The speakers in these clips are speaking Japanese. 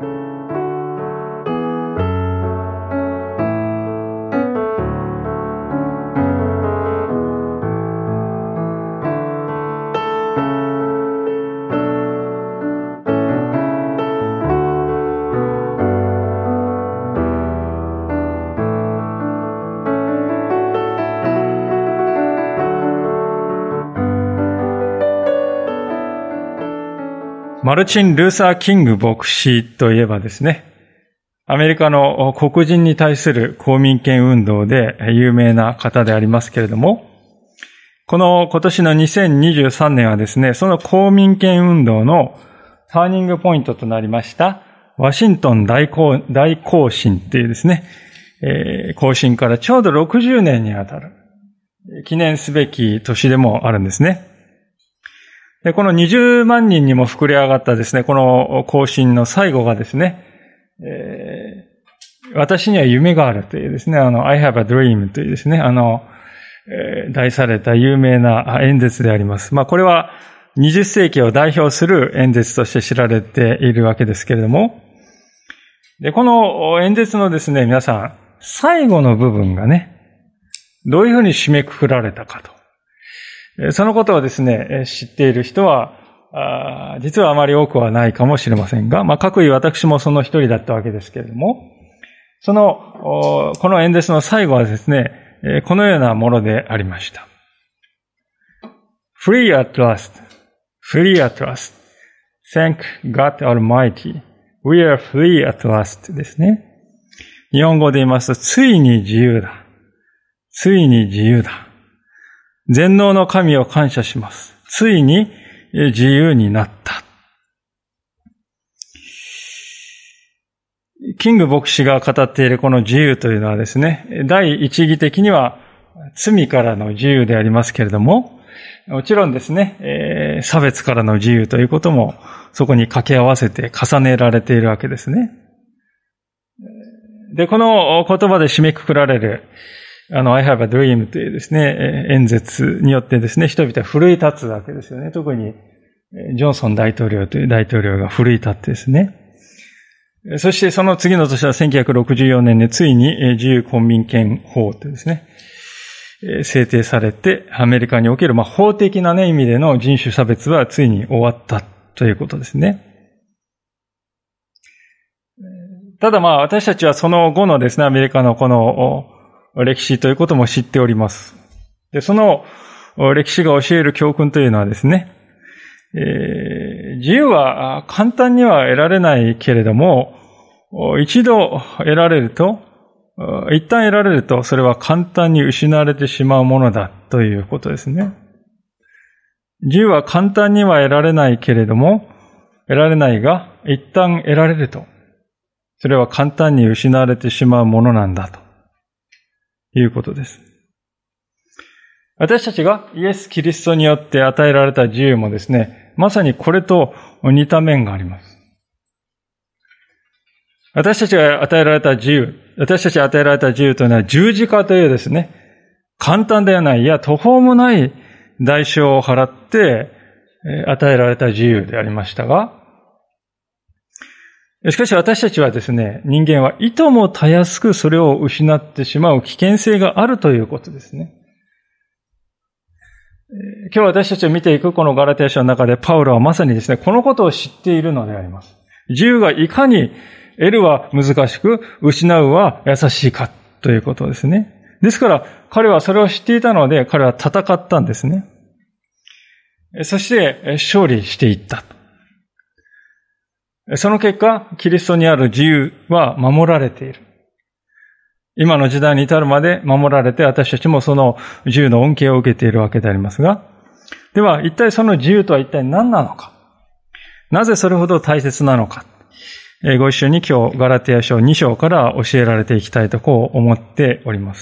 マルチン・ルーサー・キング牧師といえばですね、アメリカの黒人に対する公民権運動で有名な方でありますけれども、この今年の2023年はですね、その公民権運動のターニングポイントとなりましたワシントン大行進というですね、行進からちょうど60年にあたる記念すべき年でもあるんですね。で、この20万人にも膨れ上がったですね、この行進の最後がですね、私には夢があるというですね、I have a dream というですね、題された有名な演説であります。これは20世紀を代表する演説として知られているわけですけれども、で、この演説のですね、皆さん、最後の部分がね、どういうふうに締めくくられたかと。そのことをですね、知っている人は、実はあまり多くはないかもしれませんが、各位私もその一人だったわけですけれども、この演説の最後はですね、このようなものでありました。Free at last, free at last, thank God Almighty, we are free at last ですね。日本語で言いますと、ついに自由だ。ついに自由だ。全能の神を感謝します。ついに自由になった。キング牧師が語っているこの自由というのはですね、第一義的には罪からの自由でありますけれども、もちろんですね、差別からの自由ということもそこに掛け合わせて重ねられているわけですね。で、この言葉で締めくくられるI have a dream というですね、演説によってですね、人々は奮い立つわけですよね。特に、ジョンソン大統領という大統領が奮い立ってですね。そしてその次の年は1964年についに自由公民権法というですね、制定されて、アメリカにおける法的な意味での人種差別はついに終わったということですね。ただ私たちはその後のですね、アメリカのこの歴史ということも知っております。で、その歴史が教える教訓というのはですね、自由は簡単には得られないけれども、一旦得られると、それは簡単に失われてしまうものだということですね。自由は簡単には得られないけれども、得られないが、一旦得られると、それは簡単に失われてしまうものなんだということです。私たちがイエス・キリストによって与えられた自由もですね、まさにこれと似た面があります。私たちが与えられた自由というのは十字架というですね、簡単ではない、いや途方もない代償を払って与えられた自由でありましたが、しかし私たちはですね、人間はいともたやすくそれを失ってしまう危険性があるということですね。今日私たちを見ていくこのガラテヤ書の中でパウロはまさにですね、このことを知っているのであります。自由がいかに得るは難しく、失うは優しいかということですね。ですから彼はそれを知っていたので、彼は戦ったんですね。そして勝利していった。その結果、キリストにある自由は守られている。今の時代に至るまで守られて、私たちもその自由の恩恵を受けているわけでありますが、では一体その自由とは一体何なのか。なぜそれほど大切なのか。ご一緒に今日ガラテヤ書2章から教えられていきたいとこう思っております。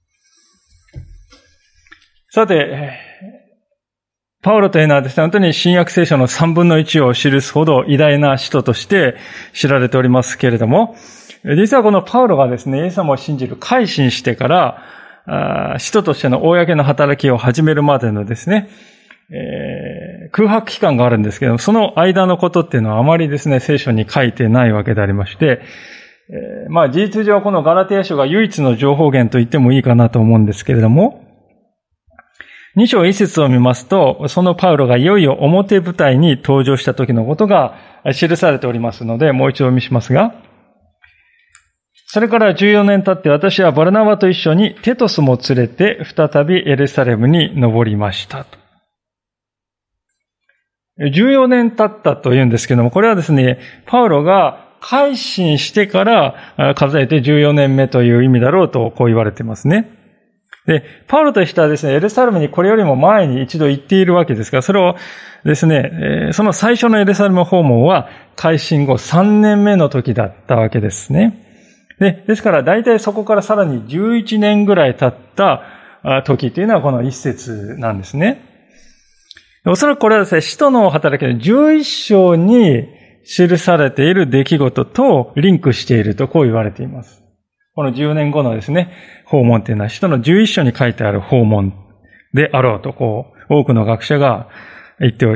さて、パウロというのはですね、本当に新約聖書の3分の1を記すほど偉大な使徒として知られておりますけれども、実はこのパウロがですね、イエス様を信じる改心してから、使徒としての公の働きを始めるまでのですね、 空白期間があるんですけども、その間のことっていうのはあまりですね、聖書に書いてないわけでありまして、事実上このガラテヤ書が唯一の情報源と言ってもいいかなと思うんですけれども、2章1節を見ますと、そのパウロがいよいよ表舞台に登場した時のことが記されておりますので、もう一度お見せしますが、それから14年経って私はバルナバと一緒にテトスも連れて再びエルサレムに登りましたと。14年経ったというんですけども、これはですね、パウロが改心してから数えて14年目という意味だろうとこう言われていますね。で、パウロとしてはですね、エルサレムにこれよりも前に一度行っているわけですが、それをですね、その最初のエルサレム訪問は改心後3年目の時だったわけですね。ですから大体そこからさらに11年ぐらい経った時というのはこの一節なんですね。おそらくこれはですね、使徒の働きの11章に記されている出来事とリンクしているとこう言われています。この10年後のですね、訪問というのは使徒の11章に書いてある訪問であろうと多くの学者が言って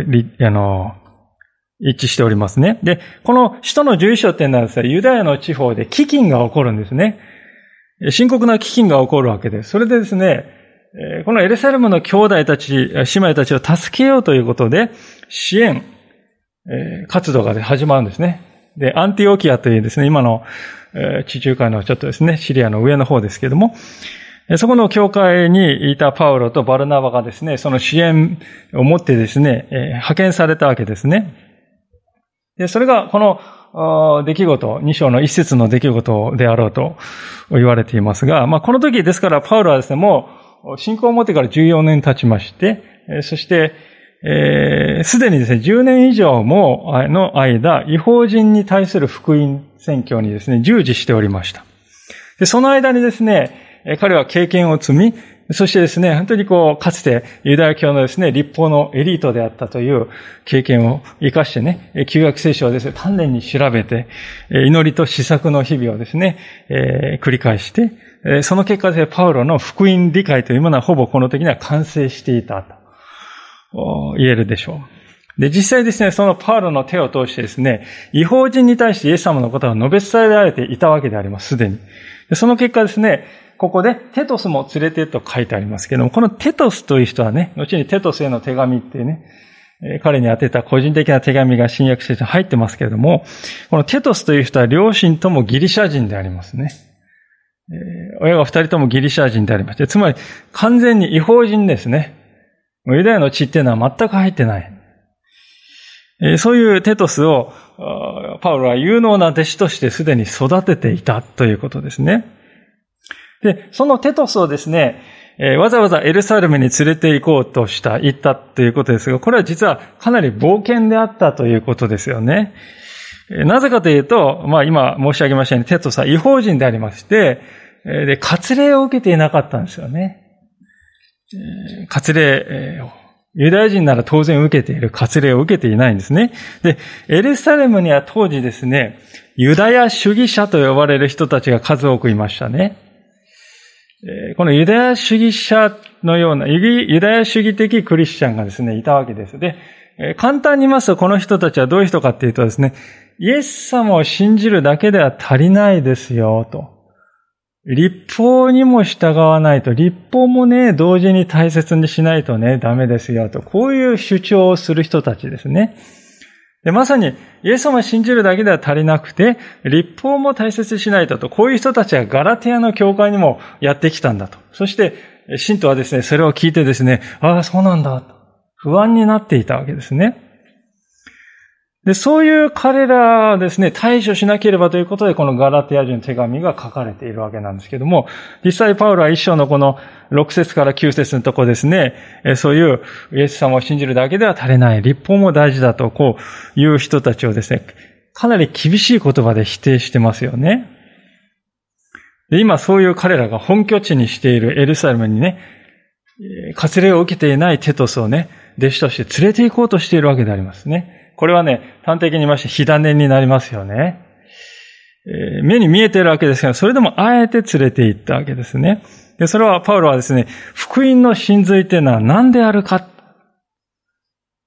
一致しておりますね。で、この使徒の11章っていうのはですね、ユダヤの地方で飢饉が起こるんですね。深刻な飢饉が起こるわけです。それでですね、このエルサレムの兄弟たち、姉妹たちを助けようということで、支援活動が始まるんですね。で、アンティオキアというですね、今の地中海のちょっとですね、シリアの上の方ですけれども、そこの教会にいたパウロとバルナバがですね、その支援を持ってですね、派遣されたわけですね。で、それがこの出来事、2章の一節の出来事であろうと言われていますが、この時ですからパウロはですね、もう信仰を持ってから14年経ちまして、そして、すでにですね、10年以上もの間、異邦人に対する福音宣教にですね、従事しておりました。で、その間にですね、彼は経験を積み、そしてですね、本当にかつてユダヤ教のですね、立法のエリートであったという経験を生かしてね、旧約聖書をですね、丹念に調べて、祈りと思索の日々をですね、繰り返して、その結果でパウロの福音理解というものはほぼこの時には完成していたと言えるでしょう。で、実際ですね、そのパウロの手を通してですね、異邦人に対してイエス様のことを述べ伝えられていたわけであります、すでに。で、その結果ですね、ここでテトスも連れてと書いてありますけども、このテトスという人はね、後にテトスへの手紙っていうね、彼に宛てた個人的な手紙が新約聖書に入ってますけれども、このテトスという人は両親ともギリシャ人でありますね。親が二人ともギリシャ人でありまして、つまり完全に異邦人ですね。ユダヤの血っていうのは全く入ってない。そういうテトスをパウロは有能な弟子としてすでに育てていたということですね。で、そのテトスをですね、わざわざエルサレムに連れて行こうと行ったということですが、これは実はかなり冒険であったということですよね。なぜかというと、今申し上げましたように、テトスは異邦人でありまして、で、割礼を受けていなかったんですよね。割礼を、ユダヤ人なら当然受けている割礼を受けていないんですね。で、エルサレムには当時ですね、ユダヤ主義者と呼ばれる人たちが数多くいましたね。このユダヤ主義者のような、ユダヤ主義的クリスチャンがですね、いたわけです。で、簡単に言いますと、この人たちはどういう人かっていうとですね、イエス様を信じるだけでは足りないですよ、と。律法にも従わないと、律法もね、同時に大切にしないとね、ダメですよ、と。こういう主張をする人たちですね。で、まさに、イエス様を信じるだけでは足りなくて、律法も大切にしないと、こういう人たちはガラテヤの教会にもやってきたんだと。そして、信徒はですね、それを聞いてですね、ああ、そうなんだ、と。不安になっていたわけですね。で、そういう彼らですね、対処しなければということで、このガラテヤ人の手紙が書かれているわけなんですけども、実際パウロは一章のこの6節から9節のところですね、そういうイエス様を信じるだけでは足りない、律法も大事だと、こういう人たちをですね、かなり厳しい言葉で否定してますよね。で、今そういう彼らが本拠地にしているエルサレムにね、割礼を受けていないテトスをね、弟子として連れて行こうとしているわけでありますね。これはね、端的に言いまして火種になりますよね。目に見えているわけですが、それでもあえて連れて行ったわけですね。で、それはパウロはですね、福音の真髄というのは何であるか。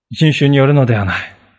人種によるのではない。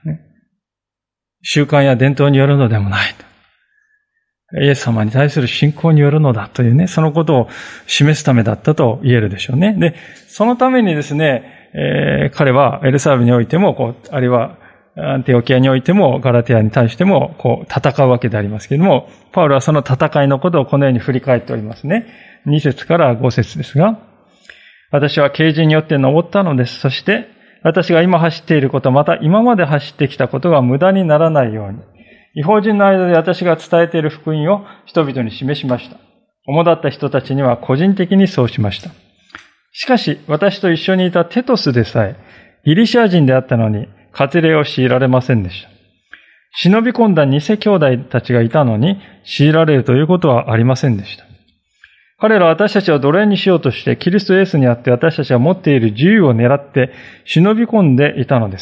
習慣や伝統によるのでもない。イエス様に対する信仰によるのだというね、そのことを示すためだったと言えるでしょうね。で、そのためにですね、彼はエルサレムにおいても、あるいはアンテオキアにおいても、ガラティアに対しても、戦うわけでありますけれども、パウロはその戦いのことをこのように振り返っておりますね。2節から5節ですが、私は啓示によって登ったのです。そして、私が今走っていること、また今まで走ってきたことが無駄にならないように、異邦人の間で私が伝えている福音を人々に示しました。主だった人たちには個人的にそうしました。しかし、私と一緒にいたテトスでさえ、ギリシャ人であったのに、割礼を強いられませんでした。忍び込んだ偽兄弟たちがいたのに、強いられるということはありませんでした。彼らは私たちを奴隷にしようとして、キリストイエスにあって私たちが持っている自由を狙って忍び込んでいたのです。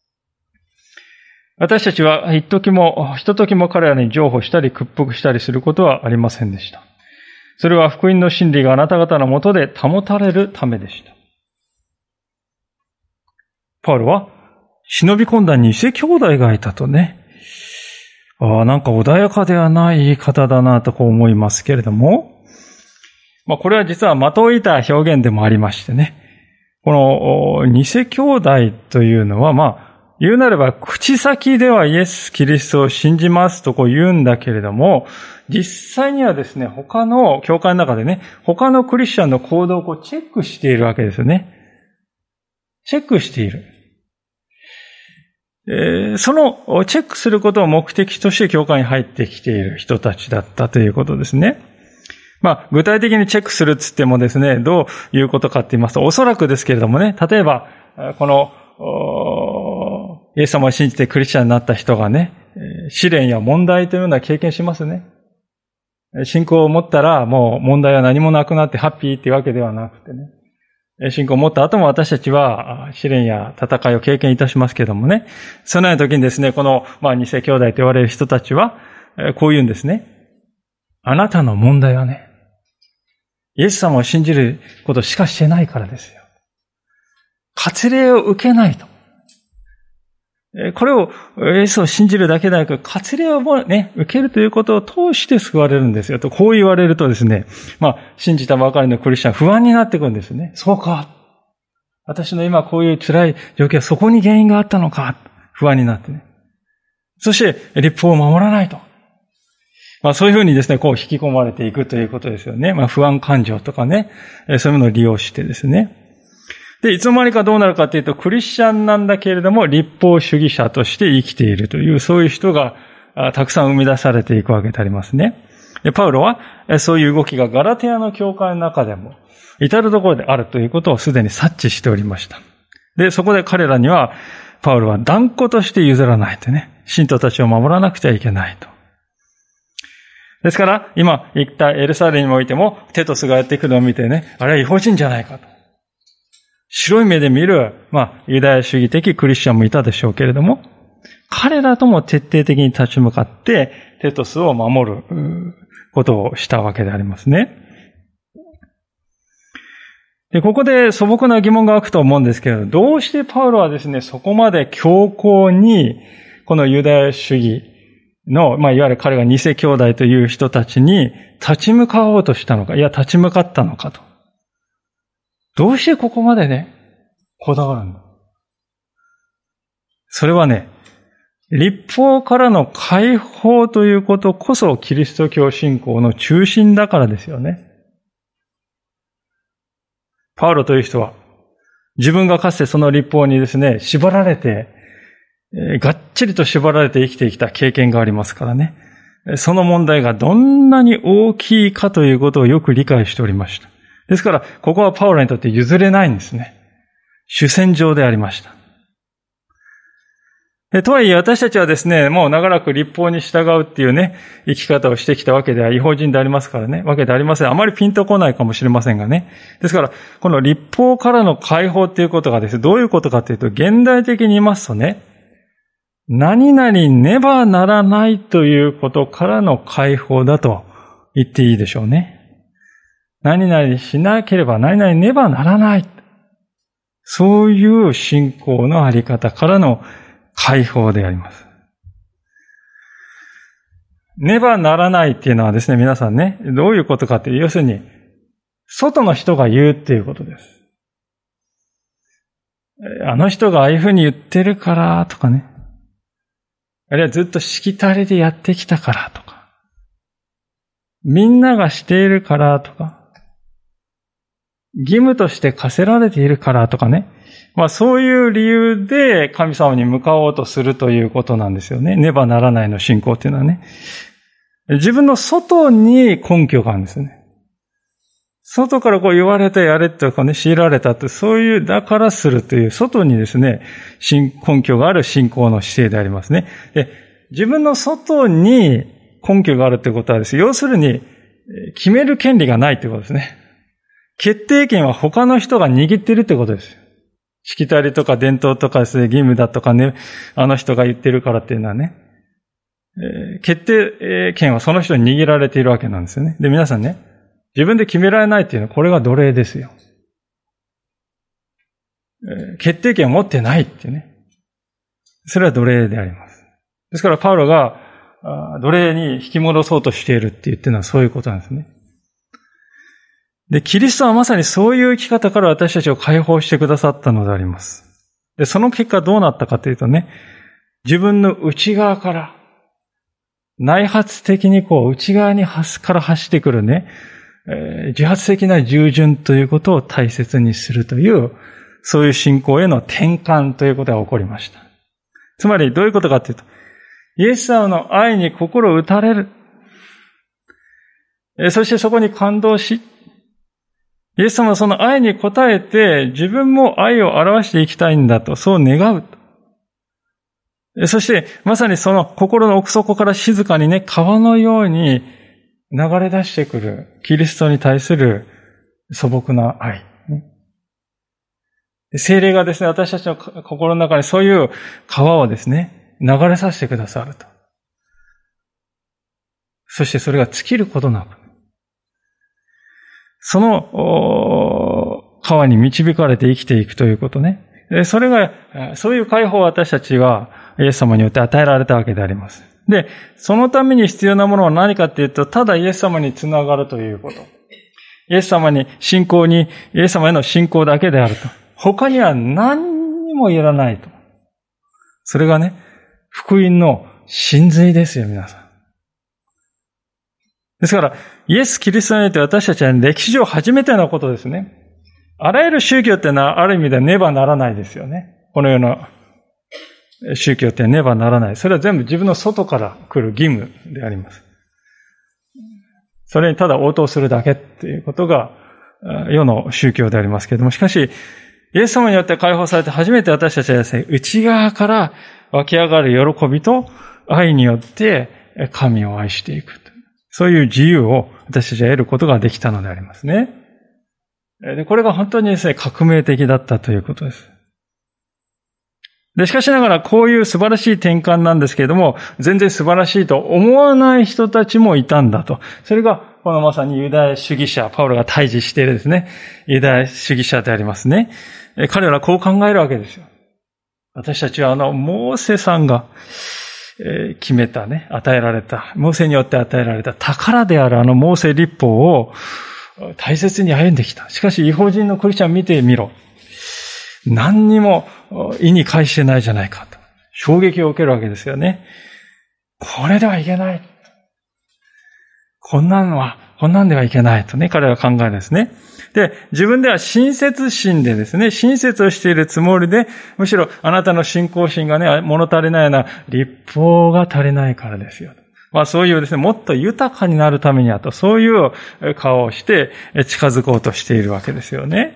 私たちはひとときも彼らに譲歩したり屈服したりすることはありませんでした。それは福音の真理があなた方のもとで保たれるためでした。パウロは忍び込んだ偽兄弟がいたとね。なんか穏やかではない言い方だなと思いますけれども、これは実は的を射た表現でもありましてね。この偽兄弟というのは言うなれば口先ではイエス・キリストを信じますと言うんだけれども、実際にはですね、他の教会の中でね、他のクリスチャンの行動をチェックしているわけですよね。チェックしている。そのチェックすることを目的として教会に入ってきている人たちだったということですね。具体的にチェックするっつってもですね、どういうことかって言いますと、おそらくですけれどもね、例えば、この、イエス様を信じてクリスチャンになった人がね、試練や問題というような経験しますね。信仰を持ったらもう問題は何もなくなってハッピーっていうわけではなくてね。信仰を持った後も私たちは試練や戦いを経験いたしますけれどもね。そのような時にですね、この、偽兄弟と言われる人たちは、こう言うんですね。あなたの問題はね、イエス様を信じることしかしてないからですよ。割礼を受けないと。これを、イエスを信じるだけでなく、割礼をね、受けるということを通して救われるんですよ。と、こう言われるとですね、信じたばかりのクリスチャン不安になってくるんですね。そうか。私の今こういう辛い状況はそこに原因があったのか。不安になってね。そして、律法を守らないと。そういうふうにですね、引き込まれていくということですよね。不安感情とかね、そういうものを利用してですね。で、いつの間にかどうなるかというと、クリスチャンなんだけれども、律法主義者として生きているという、そういう人がたくさん生み出されていくわけでありますね。で、パウロは、そういう動きがガラテヤの教会の中でも、至るところであるということをすでに察知しておりました。で、そこで彼らには、パウロは断固として譲らないとね、信徒たちを守らなくてはいけないと。ですから、今言ったエルサレムにおいても、テトスがやってくるのを見てね、あれは異邦人じゃないかと。白い目で見る、ユダヤ主義的クリスチャンもいたでしょうけれども、彼らとも徹底的に立ち向かって、テトスを守ることをしたわけでありますね。で、ここで素朴な疑問が湧くと思うんですけれど、どうしてパウロはですね、そこまで強硬に、このユダヤ主義の、いわゆる彼が偽兄弟という人たちに立ち向かおうとしたのか、立ち向かったのかと。どうしてここまでね、こだわるの？それはね、律法からの解放ということこそキリスト教信仰の中心だからですよね。パウロという人は、自分がかつてその律法にですね、縛られて、がっちりと縛られて生きてきた経験がありますからね。その問題がどんなに大きいかということをよく理解しておりました。ですから、ここはパウロにとって譲れないんですね。主戦場でありました。とはいえ私たちはですね、もう長らく律法に従うっていうね、生き方をしてきたわけでは異邦人でありますからね、わけでありません。あまりピンとこないかもしれませんがね。ですから、この律法からの解放っていうことがですね、どういうことかというと、現代的に言いますとね、何々ねばならないということからの解放だと言っていいでしょうね。何々しなければ何々ねばならない。 そういう信仰のあり方からの解放であります。ねばならないっていうのはですね、皆さんね、どういうことかっていう、要するに、外の人が言うっていうことです。あの人がああいうふうに言ってるからとかね。あるいはずっとしきたりでやってきたからとか。みんながしているからとか。義務として課せられているからとかね。そういう理由で神様に向かおうとするということなんですよね。ねばならないの信仰っていうのはね。自分の外に根拠があるんですよね。外から言われてやれとかね、強いられたって、そういう、だからするという、外にですね、根拠がある信仰の姿勢でありますね。で、自分の外に根拠があるということはですね、要するに、決める権利がないということですね。決定権は他の人が握っているということですよ。しきたりとか伝統とかですね、義務だとかね、あの人が言ってるからっていうのはね、決定権はその人に握られているわけなんですよね。で、皆さんね、自分で決められないっていうのは、これが奴隷ですよ。決定権を持ってないっていうね。それは奴隷であります。ですから、パウロが奴隷に引き戻そうとしているって言ってるのはそういうことなんですね。で、キリストはまさにそういう生き方から私たちを解放してくださったのであります。で、その結果どうなったかというとね、自分の内側から、内発的に内側にから発してくるね、自発的な従順ということを大切にするという、そういう信仰への転換ということが起こりました。つまりどういうことかというと、イエス様の愛に心を打たれる。そしてそこに感動し、イエス様はその愛に応えて自分も愛を表していきたいんだと、そう願う。そしてまさにその心の奥底から静かにね、川のように流れ出してくるキリストに対する素朴な愛。聖霊がですね、私たちの心の中にそういう川をですね、流れさせてくださると。そしてそれが尽きることなく、その川に導かれて生きていくということね。それが、そういう解放を私たちはイエス様によって与えられたわけであります。で、そのために必要なものは何かっていうと、ただイエス様につながるということ。イエス様に信仰に、イエス様への信仰だけであると。他には何にもいらないと。それがね、福音の真髄ですよ、皆さん。ですから、イエス・キリストによって私たちは歴史上初めてのことですね。あらゆる宗教ってのはある意味でねばならないですよね。このような宗教ってねばならない。それは全部自分の外から来る義務であります。それにただ応答するだけっていうことが世の宗教でありますけれども、しかし、イエス様によって解放されて初めて私たちはですね、内側から湧き上がる喜びと愛によって神を愛していく。そういう自由を私たちは得ることができたのでありますね。で、これが本当にですね、革命的だったということです。で、しかしながらこういう素晴らしい転換なんですけれども、全然素晴らしいと思わない人たちもいたんだと。それが、このまさにユダヤ主義者、パウロが対峙しているですね、ユダヤ主義者でありますね。彼らはこう考えるわけですよ。私たちはモーセさんが決めたね、与えられた、モーセによって与えられた宝であるモーセ律法を大切に歩んできた。しかし、異邦人のクリスチャン見てみろ。何にも意に介してないじゃないかと。衝撃を受けるわけですよね。これではいけない。こんなんではいけないとね、彼は考えるんですね。で、自分では親切心でですね、親切をしているつもりで、むしろあなたの信仰心がね、物足りないような律法が足りないからですよ。そういうですね、もっと豊かになるためにはと、そういう顔をして近づこうとしているわけですよね。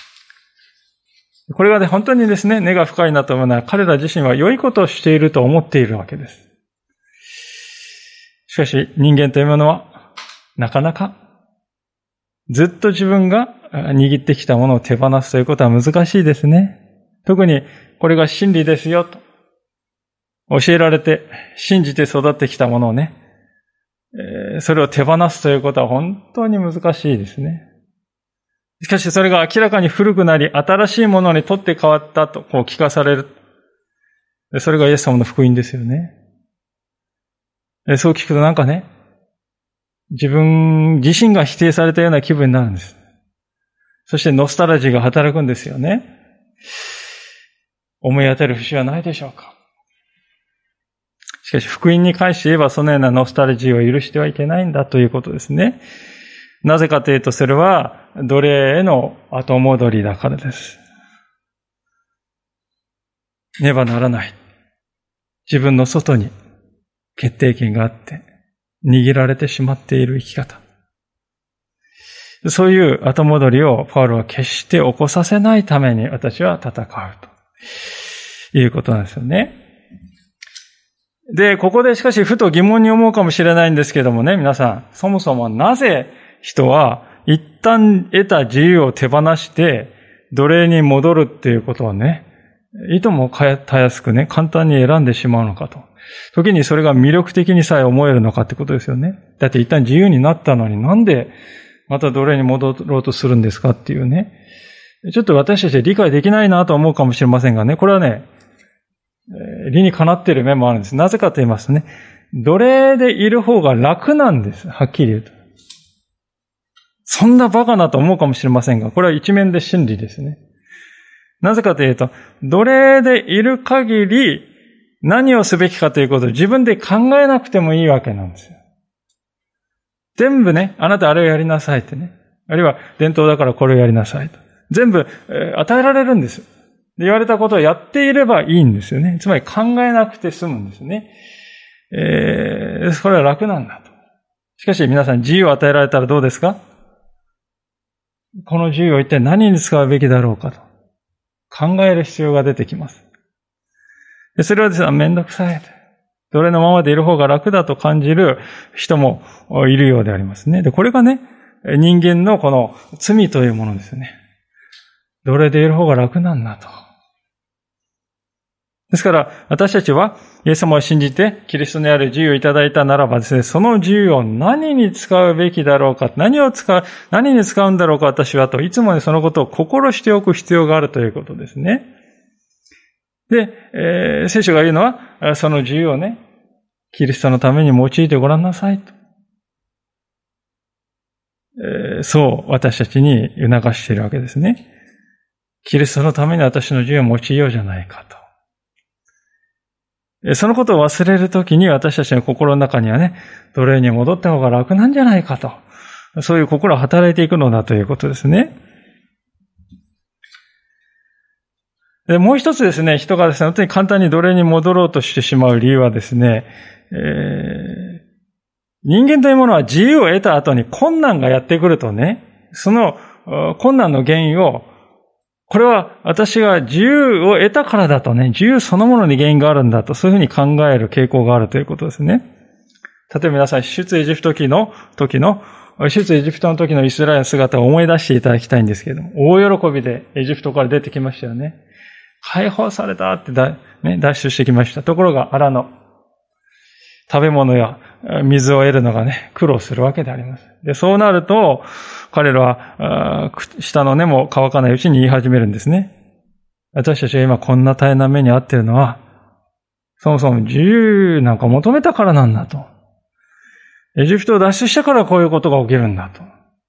これがね、本当にですね、根が深いなと思うのは、彼ら自身は良いことをしていると思っているわけです。しかし、人間というものは、なかなか、ずっと自分が握ってきたものを手放すということは難しいですね。特に、これが真理ですよ、と。教えられて、信じて育ってきたものをね、それを手放すということは本当に難しいですね。 しかしそれが明らかに古くなり、新しいものに取って変わったとこう聞かされる。それがイエス様の福音ですよね。そう聞くとなんかね、自分自身が否定されたような気分になるんです。そしてノスタルジーが働くんですよね。思い当たる節はないでしょうか。しかし福音に関して言えばそのようなノスタルジーを許してはいけないんだということですね。なぜかというとそれは奴隷への後戻りだからです。ねばならない。自分の外に決定権があって握られてしまっている生き方。そういう後戻りをパウロは決して起こさせないために私は戦うということなんですよね。で、ここでしかしふと疑問に思うかもしれないんですけどもね、皆さん、そもそもなぜ人は一旦得た自由を手放して奴隷に戻るっていうことをね、いともたやすくね、簡単に選んでしまうのかと。時にそれが魅力的にさえ思えるのかってことですよね。だって一旦自由になったのになんでまた奴隷に戻ろうとするんですかっていうね。ちょっと私たちは理解できないなと思うかもしれませんがね、これはね、理にかなっている面もあるんです。なぜかと言いますとね、奴隷でいる方が楽なんです。はっきり言うと。そんなバカなと思うかもしれませんが、これは一面で真理ですね。なぜかというと、奴隷でいる限り何をすべきかということを自分で考えなくてもいいわけなんですよ。全部ね、あなたあれをやりなさいってね。あるいは伝統だからこれをやりなさいと。全部与えられるんです。で言われたことをやっていればいいんですよね。つまり考えなくて済むんですね。これは楽なんだと。しかし皆さん自由を与えられたらどうですか？この自由を一体何に使うべきだろうかと考える必要が出てきます。でそれはですね、めんどくさい。奴隷のままでいる方が楽だと感じる人もいるようでありますね。で、これがね、人間のこの罪というものですよね。奴隷でいる方が楽なんだと。ですから、私たちは、イエス様を信じて、キリストにある自由をいただいたならばですね、その自由を何に使うべきだろうか、何に使うんだろうか、私はと、いつもね、そのことを心しておく必要があるということですね。で、聖書が言うのは、その自由をね、キリストのために用いてごらんなさいと。そう私たちに促しているわけですね。キリストのために私の自由を用いようじゃないかと。そのことを忘れるときに私たちの心の中にはね、奴隷に戻った方が楽なんじゃないかと。そういう心が働いていくのだということですね。でもう一つですね、人がですね、本当に簡単に奴隷に戻ろうとしてしまう理由はですね、人間というものは自由を得た後に困難がやってくるとね、その困難の原因を、これは私が自由を得たからだとね、自由そのものに原因があるんだと、そういうふうに考える傾向があるということですね。例えば皆さん、出エジプトの時のイスラエルの姿を思い出していただきたいんですけれども、大喜びでエジプトから出てきましたよね。解放されたって脱出してきました。ところが荒野。食べ物や水を得るのがね、苦労するわけであります。で、そうなると、彼らは、下の根も乾かないうちに言い始めるんですね。私たちが今こんな大変な目に遭っているのは、そもそも自由なんか求めたからなんだと。エジプトを脱出したからこういうことが起きるんだと。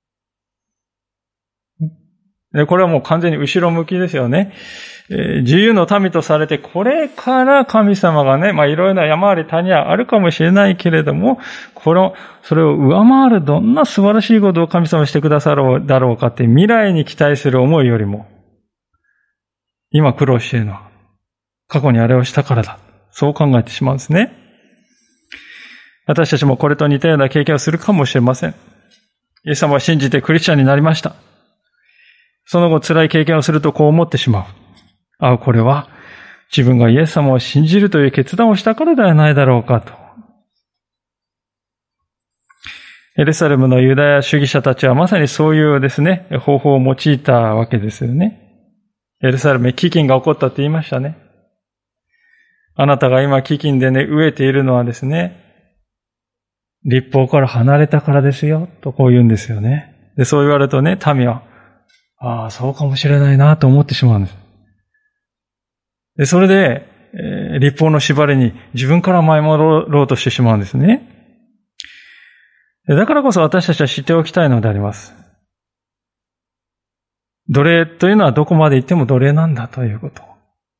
で、これはもう完全に後ろ向きですよね。自由の民とされて、これから神様がね、いろいろな山あり谷はあるかもしれないけれども、それを上回るどんな素晴らしいことを神様してくださるだろうかって未来に期待する思いよりも、今苦労しているのは、過去にあれをしたからだ。そう考えてしまうんですね。私たちもこれと似たような経験をするかもしれません。イエス様を信じてクリスチャンになりました。その後辛い経験をするとこう思ってしまう。これは自分がイエス様を信じるという決断をしたからではないだろうかと。エルサレムのユダヤ主義者たちはまさにそういうですね、方法を用いたわけですよね。エルサレムに飢饉が起こったって言いましたね。あなたが今飢饉でね、飢えているのはですね、律法から離れたからですよ、とこう言うんですよね。で、そう言われるとね、民は、 ああ、そうかもしれないなと思ってしまうんです。で、それで、律法の縛りに自分から舞い戻ろうとしてしまうんですね。だからこそ私たちは知っておきたいのであります。奴隷というのはどこまで行っても奴隷なんだということ。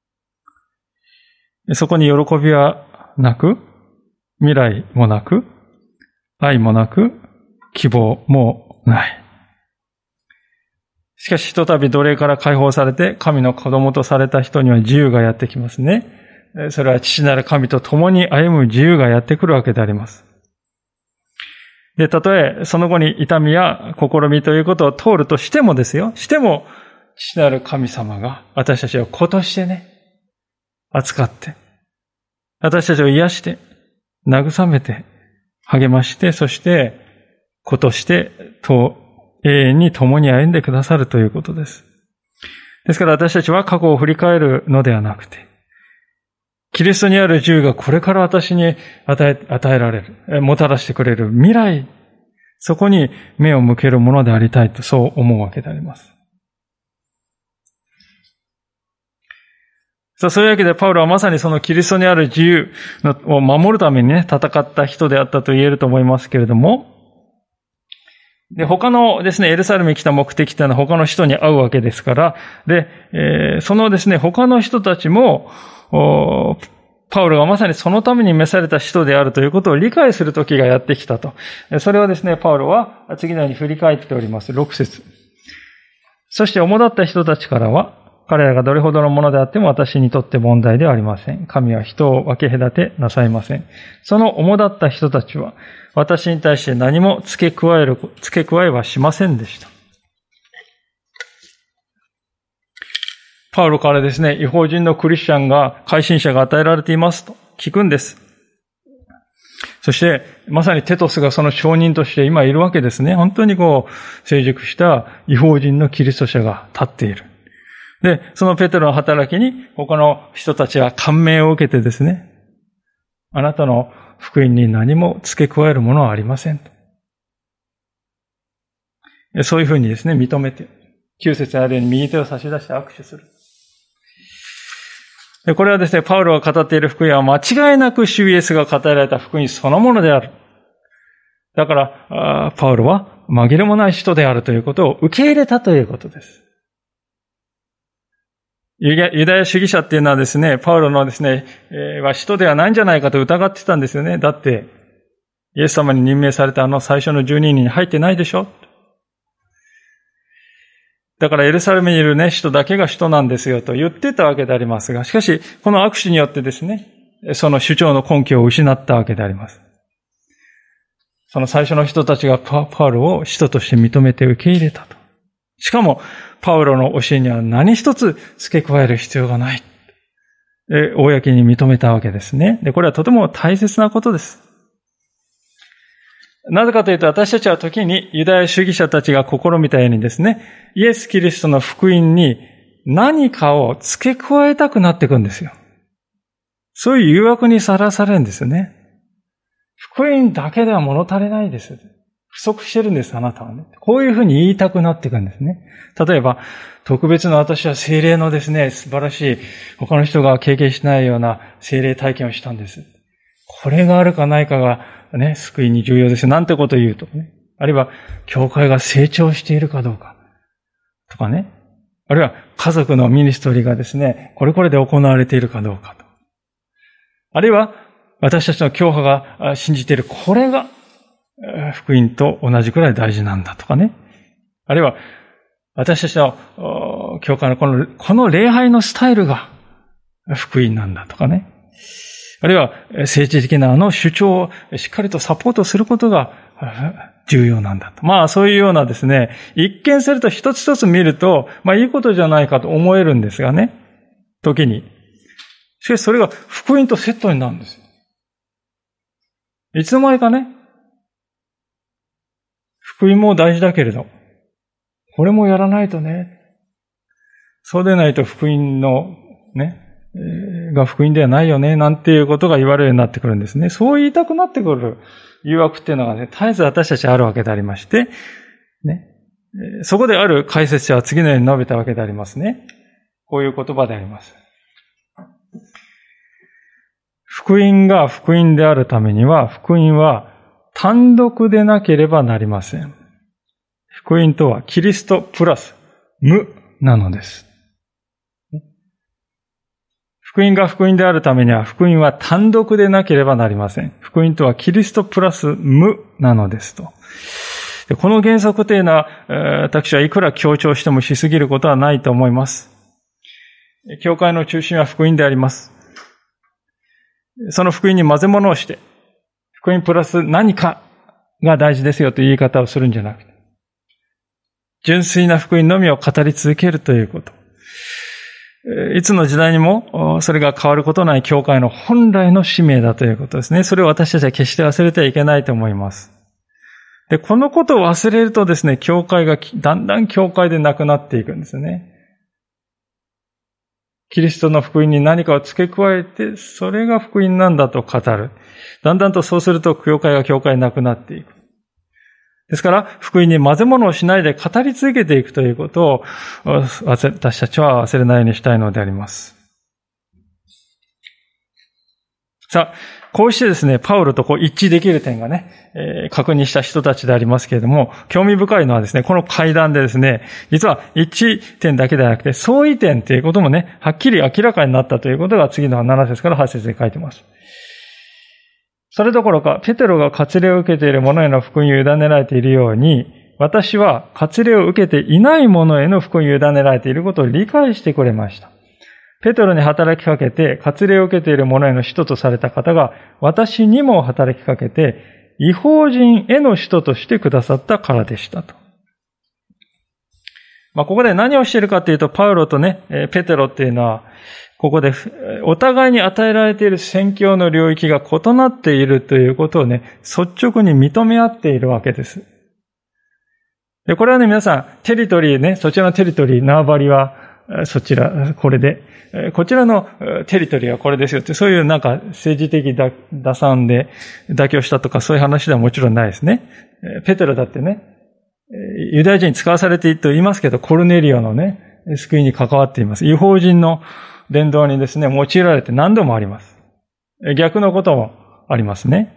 そこに喜びはなく、未来もなく、愛もなく、希望もない。しかし、ひとたび奴隷から解放されて、神の子供とされた人には自由がやってきますね。それは父なる神と共に歩む自由がやってくるわけであります。で、たとえその後に痛みや試みということを通るとしてもですよ、しても、父なる神様が私たちを子としてね、扱って、私たちを癒して、慰めて、励まして、そして、子として、永遠に共に歩んでくださるということです。ですから私たちは過去を振り返るのではなくて、キリストにある自由がこれから私に与えられる、もたらしてくれる未来、そこに目を向けるものでありたいとそう思うわけであります。そういうわけでパウロはまさにそのキリストにある自由を守るためにね、戦った人であったと言えると思いますけれども、で、他のですね、エルサレムに来た目的というのは他の人に会うわけですから、で、そのですね、他の人たちも、パウロがまさにそのために召された人であるということを理解する時がやってきたと。それをですね、パウロは次のように振り返っております。6節。そして主だった人たちからは、彼らがどれほどのものであっても私にとって問題ではありません。神は人を分け隔てなさいません。その主だった人たちは、私に対して何も付け加えはしませんでした。パウロからですね、異邦人のクリスチャンが、改心者が与えられていますと聞くんです。そして、まさにテトスがその証人として今いるわけですね。本当に成熟した異邦人のキリスト者が立っている。で、そのペテロの働きに他の人たちは感銘を受けてですね、あなたの福音に何も付け加えるものはありませんと。そういうふうにですね、認めて、9節にあるように右手を差し出して握手する。これはですね、パウロが語っている福音は間違いなく主イエスが語られた福音そのものである。だから、パウロは紛れもない人であるということを受け入れたということです。ユダヤ主義者っていうのはですね、パウロのですね、は使徒ではないんじゃないかと疑ってたんですよね。だって、イエス様に任命された最初の12人に入ってないでしょ。だからエルサレムにいるね、使徒だけが使徒なんですよと言ってたわけでありますが、しかし、この握手によってですね、その主張の根拠を失ったわけであります。その最初の人たちがパウロを使徒として認めて受け入れたと。しかも、パウロの教えには何一つ付け加える必要がない。公に認めたわけですね。で、これはとても大切なことです。なぜかというと、私たちは時にユダヤ主義者たちが試みたようにですね、イエス・キリストの福音に何かを付け加えたくなっていくんですよ。そういう誘惑にさらされるんですよね。福音だけでは物足りないです。不足してるんです、あなたはね。こういうふうに言いたくなっていくんですね。例えば、特別な私は聖霊のですね、素晴らしい、他の人が経験しないような聖霊体験をしたんです。これがあるかないかがね、救いに重要です。なんてことを言うとね。あるいは、教会が成長しているかどうか。とかね。あるいは、家族のミニストリーがですね、これで行われているかどうかと。あるいは、私たちの教派が信じているこれが、福音と同じくらい大事なんだとかね。あるいは、私たちの教会のこの礼拝のスタイルが福音なんだとかね。あるいは、政治的な主張をしっかりとサポートすることが重要なんだと。まあ、そういうようなですね、一見すると一つ一つ見ると、まあ、いいことじゃないかと思えるんですがね。時に。しかし、それが福音とセットになるんですよ。いつの間にかね、福音も大事だけれど、これもやらないとね、そうでないと福音のね、が福音ではないよね、なんていうことが言われるようになってくるんですね。そう言いたくなってくる誘惑っていうのがね、絶えず私たちあるわけでありまして、ね。 そこである解説者は次のように述べたわけでありますね。こういう言葉であります。福音が福音であるためには、福音は単独でなければなりません。福音とはキリストプラス無なのです。福音が福音であるためには、福音は単独でなければなりません。福音とはキリストプラス無なのですと。この原則というのは、私はいくら強調してもしすぎることはないと思います。教会の中心は福音であります。その福音に混ぜ物をして、福音プラス何かが大事ですよという言い方をするんじゃなくて、純粋な福音のみを語り続けるということ。いつの時代にもそれが変わることのない教会の本来の使命だということですね。それを私たちは決して忘れてはいけないと思います。で、このことを忘れるとですね、教会がだんだん教会でなくなっていくんですね。キリストの福音に何かを付け加えて、それが福音なんだと語る。だんだんとそうすると教会が教会なくなっていく。ですから、福音に混ぜ物をしないで語り続けていくということを、私たちは忘れないようにしたいのであります。さあ、こうしてですね、パウロと一致できる点がね、確認した人たちでありますけれども、興味深いのはですね、この会談でですね、実は一致点だけではなくて、相違点ということもね、はっきり明らかになったということが次の7節から8節で書いています。それどころか、ペテロが割礼を受けている者への福音を委ねられているように、私は割礼を受けていない者への福音を委ねられていることを理解してくれました。ペテロに働きかけて、割礼を受けている者への使徒とされた方が、私にも働きかけて、異邦人への使徒としてくださったからでしたと。ここで何をしているかというと、パウロとね、ペテロっていうのは、ここでお互いに与えられている宣教の領域が異なっているということをね、率直に認め合っているわけです。で、これはね、皆さん、テリトリーね、そちらのテリトリー、縄張りは、そちら、これで、こちらのテリトリーはこれですよって、そういうなんか政治的打算で妥協したとかそういう話ではもちろんないですね。ペテロだってね、ユダヤ人に使わされていると言いますけど、コルネリオのね、救いに関わっています。異邦人の伝道にですね、用いられて何度もあります。逆のこともありますね。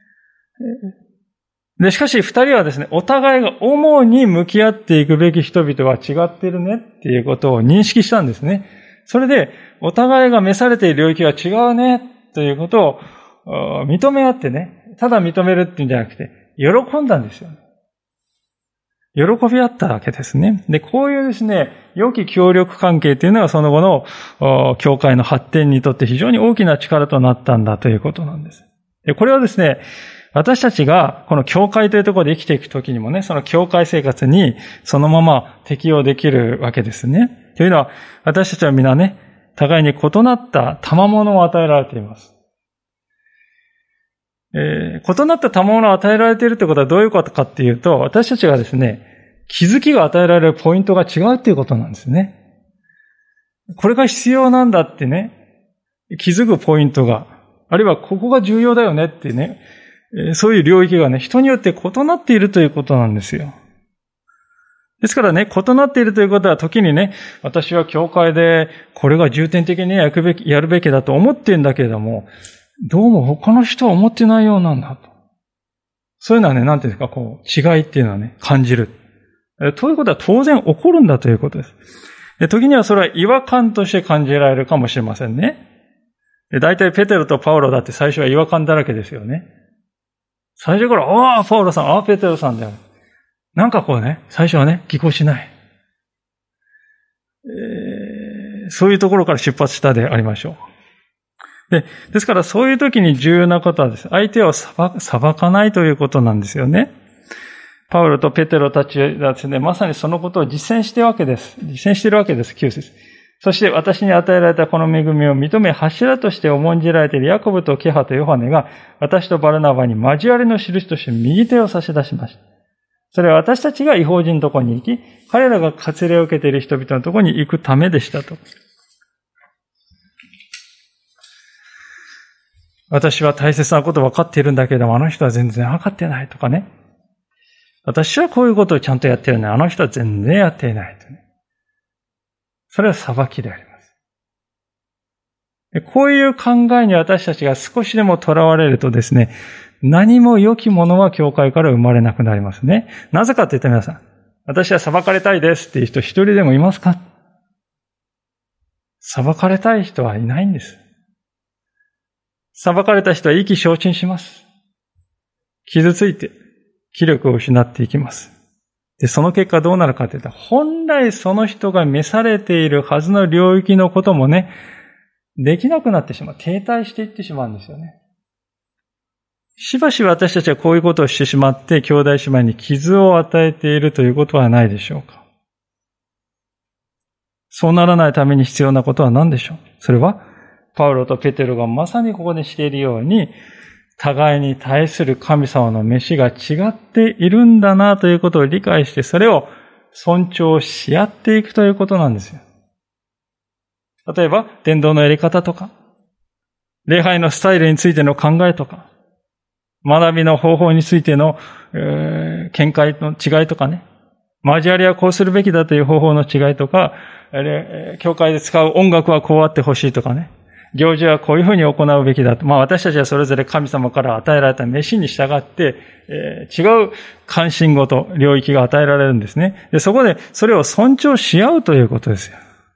で、しかし二人はですね、お互いが主に向き合っていくべき人々は違っているねっていうことを認識したんですね。それで、お互いが召されている領域は違うねということを認め合ってね、ただ認めるっていうんじゃなくて、喜んだんですよ。喜び合ったわけですね。で、こういうですね、良き協力関係というのがその後の教会の発展にとって非常に大きな力となったんだということなんです。で、これはですね、私たちがこの教会というところで生きていくときにもね、その教会生活にそのまま適用できるわけですね。というのは、私たちは皆ね、互いに異なった賜物を与えられています。異なった賜物を与えられているということはどういうことかっていうと、私たちがですね、気づきが与えられるポイントが違うっていうことなんですね。これが必要なんだってね、気づくポイントが、あるいはここが重要だよねってね、そういう領域がね、人によって異なっているということなんですよ。ですからね、異なっているということは時にね、私は教会でこれが重点的にやるべきだと思っているんだけれども、どうも他の人は思ってないようなんだと。そういうのはね、なんていうんですか、違いっていうのはね、感じる。ということは当然起こるんだということです。で、時にはそれは違和感として感じられるかもしれませんね。大体ペテロとパウロだって最初は違和感だらけですよね。最初から、ああ、パウロさん、ああ、ペテロさんだよ。なんか最初はね、ぎこしない。そういうところから出発したでありましょう。ですからそういう時に重要なことはですね、相手を裁かないということなんですよね。パウロとペテロたちはですね、まさにそのことを実践しているわけです。実践しているわけです、9節。そして私に与えられたこの恵みを認め柱として重んじられているヤコブとケハとヨハネが私とバルナバに交わりの印として右手を差し出しました。それは私たちが異邦人のところに行き、彼らが割礼を受けている人々のところに行くためでしたと。私は大切なこと分かっているんだけども、あの人は全然分かってないとかね。 私はこういうことをちゃんとやっているのに、あの人は全然やっていないとね。それは裁きであります。こういう考えに私たちが少しでも囚われるとですね、何も良きものは教会から生まれなくなりますね。なぜかと言って皆さん、私は裁かれたいですっていう人一人でもいますか？裁かれたい人はいないんです。裁かれた人は意気消沈します。傷ついて、気力を失っていきます。で、その結果どうなるかというと、本来その人が召されているはずの領域のこともね、できなくなってしまう。停滞していってしまうんですよね。しばしば私たちはこういうことをしてしまって、兄弟姉妹に傷を与えているということはないでしょうか。そうならないために必要なことは何でしょう。それは、パウロとペテロがまさにここでしているように、互いに対する神様の召しが違っているんだなということを理解して、それを尊重し合っていくということなんですよ。例えば、伝道のやり方とか、礼拝のスタイルについての考えとか、学びの方法についての、見解の違いとかね、交わりはこうするべきだという方法の違いとか、教会で使う音楽はこうあってほしいとかね、行事はこういうふうに行うべきだと。私たちはそれぞれ神様から与えられた召しに従って、違う関心事、領域が与えられるんですね。で、そこでそれを尊重し合うということですよ。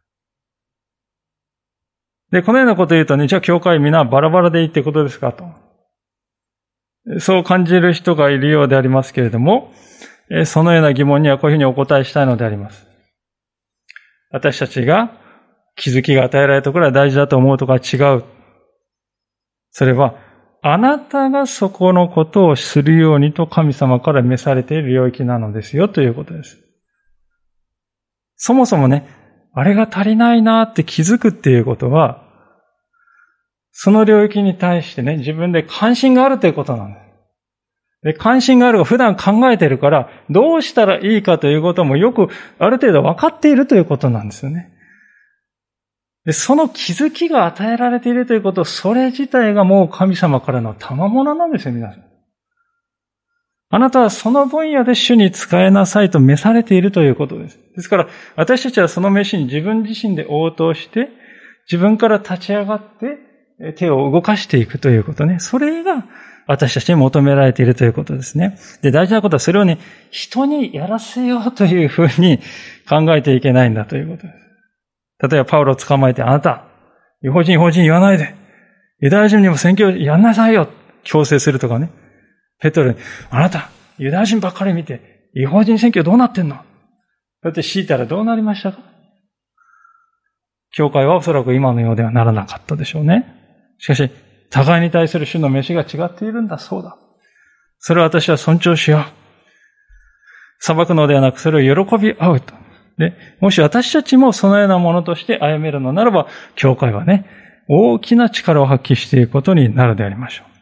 で、このようなことを言うとね、じゃあ教会皆バラバラでいいってことですかと。そう感じる人がいるようでありますけれども、そのような疑問にはこういうふうにお答えしたいのであります。私たちが気づきが与えられるところは大事だと思うとか違う。それは、あなたがそこのことをするようにと神様から召されている領域なのですよということです。そもそもね、あれが足りないなって気づくっていうことは、その領域に対してね、自分で関心があるということなんです。で、関心があるが普段考えているから、どうしたらいいかということもよくある程度分かっているということなんですよね。で、その気づきが与えられているということ、それ自体がもう神様からの賜物なんですよ、皆さん。あなたはその分野で主に仕えなさいと召されているということです。ですから、私たちはその召しに自分自身で応答して、自分から立ち上がって手を動かしていくということね。それが私たちに求められているということですね。で、大事なことはそれをね、人にやらせようというふうに考えていけないんだということです。例えばパウロを捕まえて、あなた、違法人言わないで、ユダヤ人にも宣教やんなさいよ、強制するとかね。ペトロに、あなた、ユダヤ人ばっかり見て、違法人宣教どうなってんの？だって強いたらどうなりましたか？教会はおそらく今のようではならなかったでしょうね。しかし、互いに対する主の召しが違っているんだそうだ。それを私は尊重しよう。裁くのではなく、それを喜び合うと。で、もし私たちもそのようなものとして歩めるのならば、教会はね、大きな力を発揮していくことになるでありましょう。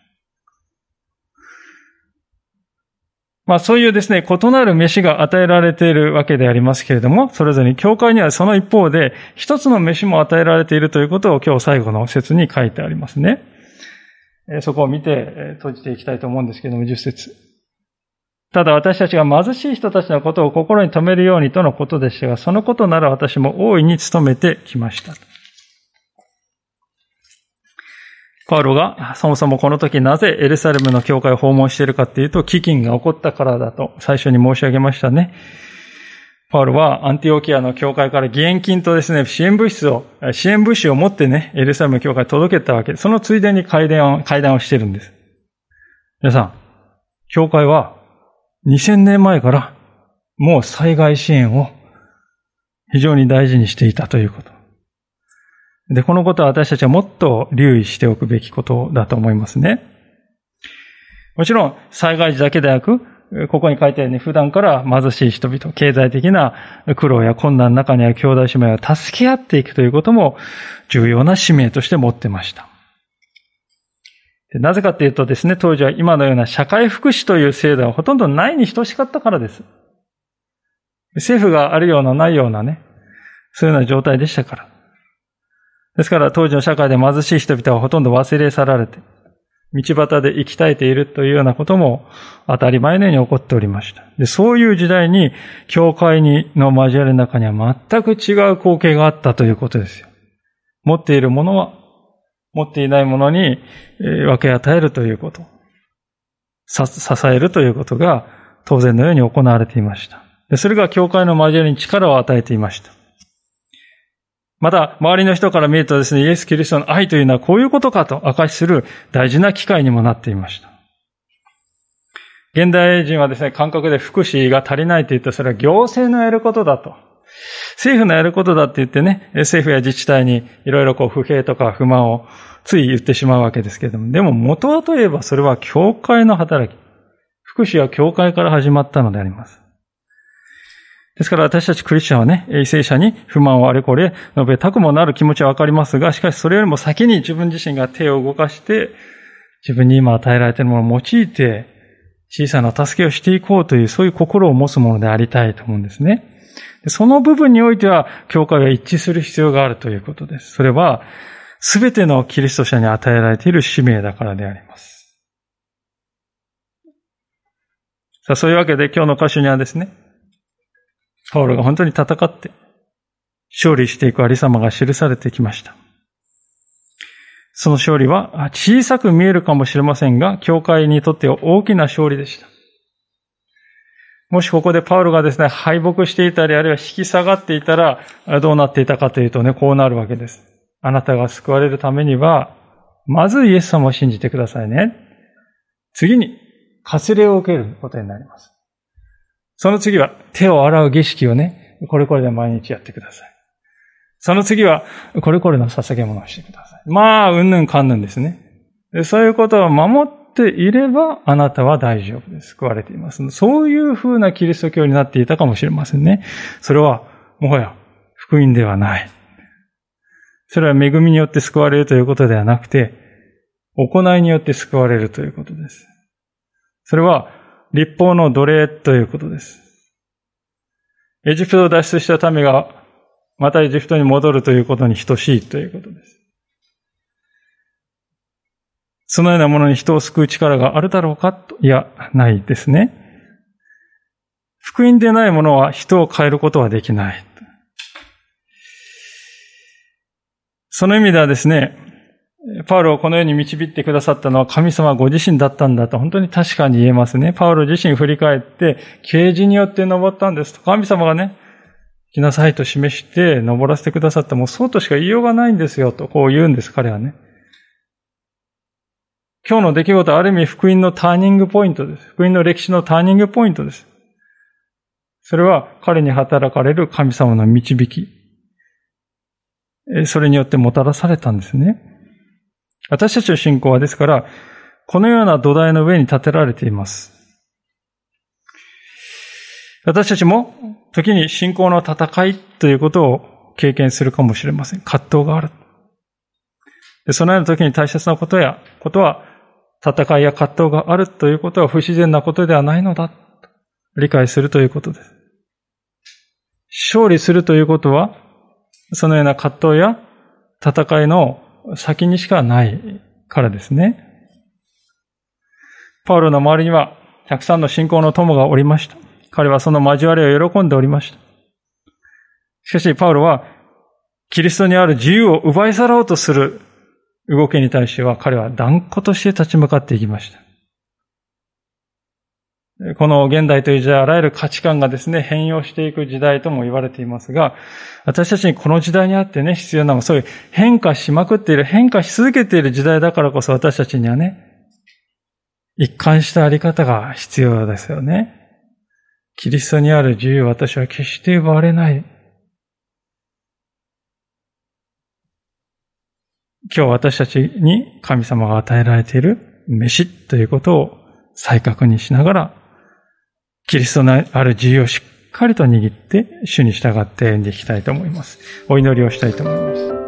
そういうですね、異なる召しが与えられているわけでありますけれども、それぞれに教会にはその一方で、一つの召しも与えられているということを今日最後の節に書いてありますね。そこを見て閉じていきたいと思うんですけれども、10節。ただ私たちが貧しい人たちのことを心に留めるようにとのことでしたが、そのことなら私も大いに努めてきました。パウロがそもそもこの時なぜエルサレムの教会を訪問しているかっていうと、飢饉が起こったからだと最初に申し上げましたね。パウロはアンティオキアの教会から義援金とですね、支援物資を持ってね、エルサレムの教会に届けたわけです。そのついでに会談をしてるんです。皆さん、教会は2000年前からもう災害支援を非常に大事にしていたということ。で、このことは私たちはもっと留意しておくべきことだと思いますね。もちろん、災害時だけでなく、ここに書いてあるように普段から貧しい人々、経済的な苦労や困難の中にある兄弟姉妹を助け合っていくということも重要な使命として持ってました。で、なぜかというとですね、当時は今のような社会福祉という制度はほとんどないに等しかったからです。政府があるようなないようなね、そういうような状態でしたから。ですから当時の社会で貧しい人々はほとんど忘れ去られて、 道端で息絶えているというようなことも当たり前のように起こっておりました。で、そういう時代に教会の交わりの中には全く違う光景があったということですよ。持っているものは持っていないものに分け与えるということ。支えるということが当然のように行われていました。で、それが教会の交わりに力を与えていました。また、周りの人から見るとですね、イエス・キリストの愛というのはこういうことかと証しする大事な機会にもなっていました。現代人はですね、感覚で福祉が足りないと言って、それは行政のやることだと。政府のやることだって言ってね、政府や自治体にいろいろ不平とか不満をつい言ってしまうわけですけれども、でも元はといえばそれは教会の働き。福祉は教会から始まったのであります。ですから私たちクリスチャンはね、為政者に不満をあれこれ述べたくもなる気持ちはわかりますが、しかしそれよりも先に自分自身が手を動かして、自分に今与えられているものを用いて、小さな助けをしていこうという、そういう心を持つものでありたいと思うんですね。その部分においては、教会は一致する必要があるということです。それは、すべてのキリスト者に与えられている使命だからであります。さあ、そういうわけで今日の箇所にはですね、パウロが本当に戦って勝利していくありさまが記されてきました。その勝利は小さく見えるかもしれませんが、教会にとっては大きな勝利でした。もしここでパウロがですね、敗北していたり、あるいは引き下がっていたら、どうなっていたかというとね、こうなるわけです。あなたが救われるためには、まずイエス様を信じてくださいね。次に、割礼を受けることになります。その次は手を洗う儀式をね、これこれで毎日やってください。その次はこれこれの捧げ物をしてください。まあ、うんぬんかんぬんですね。そういうことを守っていれば、あなたは大丈夫です。救われています。そういう風なキリスト教になっていたかもしれませんね。それは、もはや福音ではない。それは恵みによって救われるということではなくて、行いによって救われるということです。それは、律法の奴隷ということです。エジプトを脱出した民がまたエジプトに戻るということに等しいということです。そのようなものに人を救う力があるだろうかと、いや、ないですね。福音でないものは人を変えることはできない。その意味ではですね、パウロをこのように導いてくださったのは神様ご自身だったんだと本当に確かに言えますね。パウロ自身振り返って、啓示によって登ったんですと。神様がね、来なさいと示して登らせてくださった。もうそうとしか言いようがないんですよと、こう言うんです、彼はね。今日の出来事はある意味福音のターニングポイントです。福音の歴史のターニングポイントです。それは彼に働かれる神様の導き。それによってもたらされたんですね。私たちの信仰はですから、このような土台の上に建てられています。私たちも時に信仰の戦いということを経験するかもしれません。葛藤がある。そのような時に大切なことは、戦いや葛藤があるということは不自然なことではないのだと理解するということです。勝利するということは、そのような葛藤や戦いの先にしかないからですね。パウロの周りにはたくさんの信仰の友がおりました。彼はその交わりを喜んでおりました。しかしパウロはキリストにある自由を奪い去ろうとする動きに対しては彼は断固として立ち向かっていきました。この現代という時代、あらゆる価値観がですね、変容していく時代とも言われていますが、私たちにこの時代にあってね、必要なのはそういう変化しまくっている、変化し続けている時代だからこそ私たちにはね、一貫したあり方が必要ですよね。キリストにある自由、私は決して奪われない。今日私たちに神様が与えられている飯ということを再確認しながら、キリストのある自由をしっかりと握って主に従って歩んでいきたいと思います。お祈りをしたいと思います。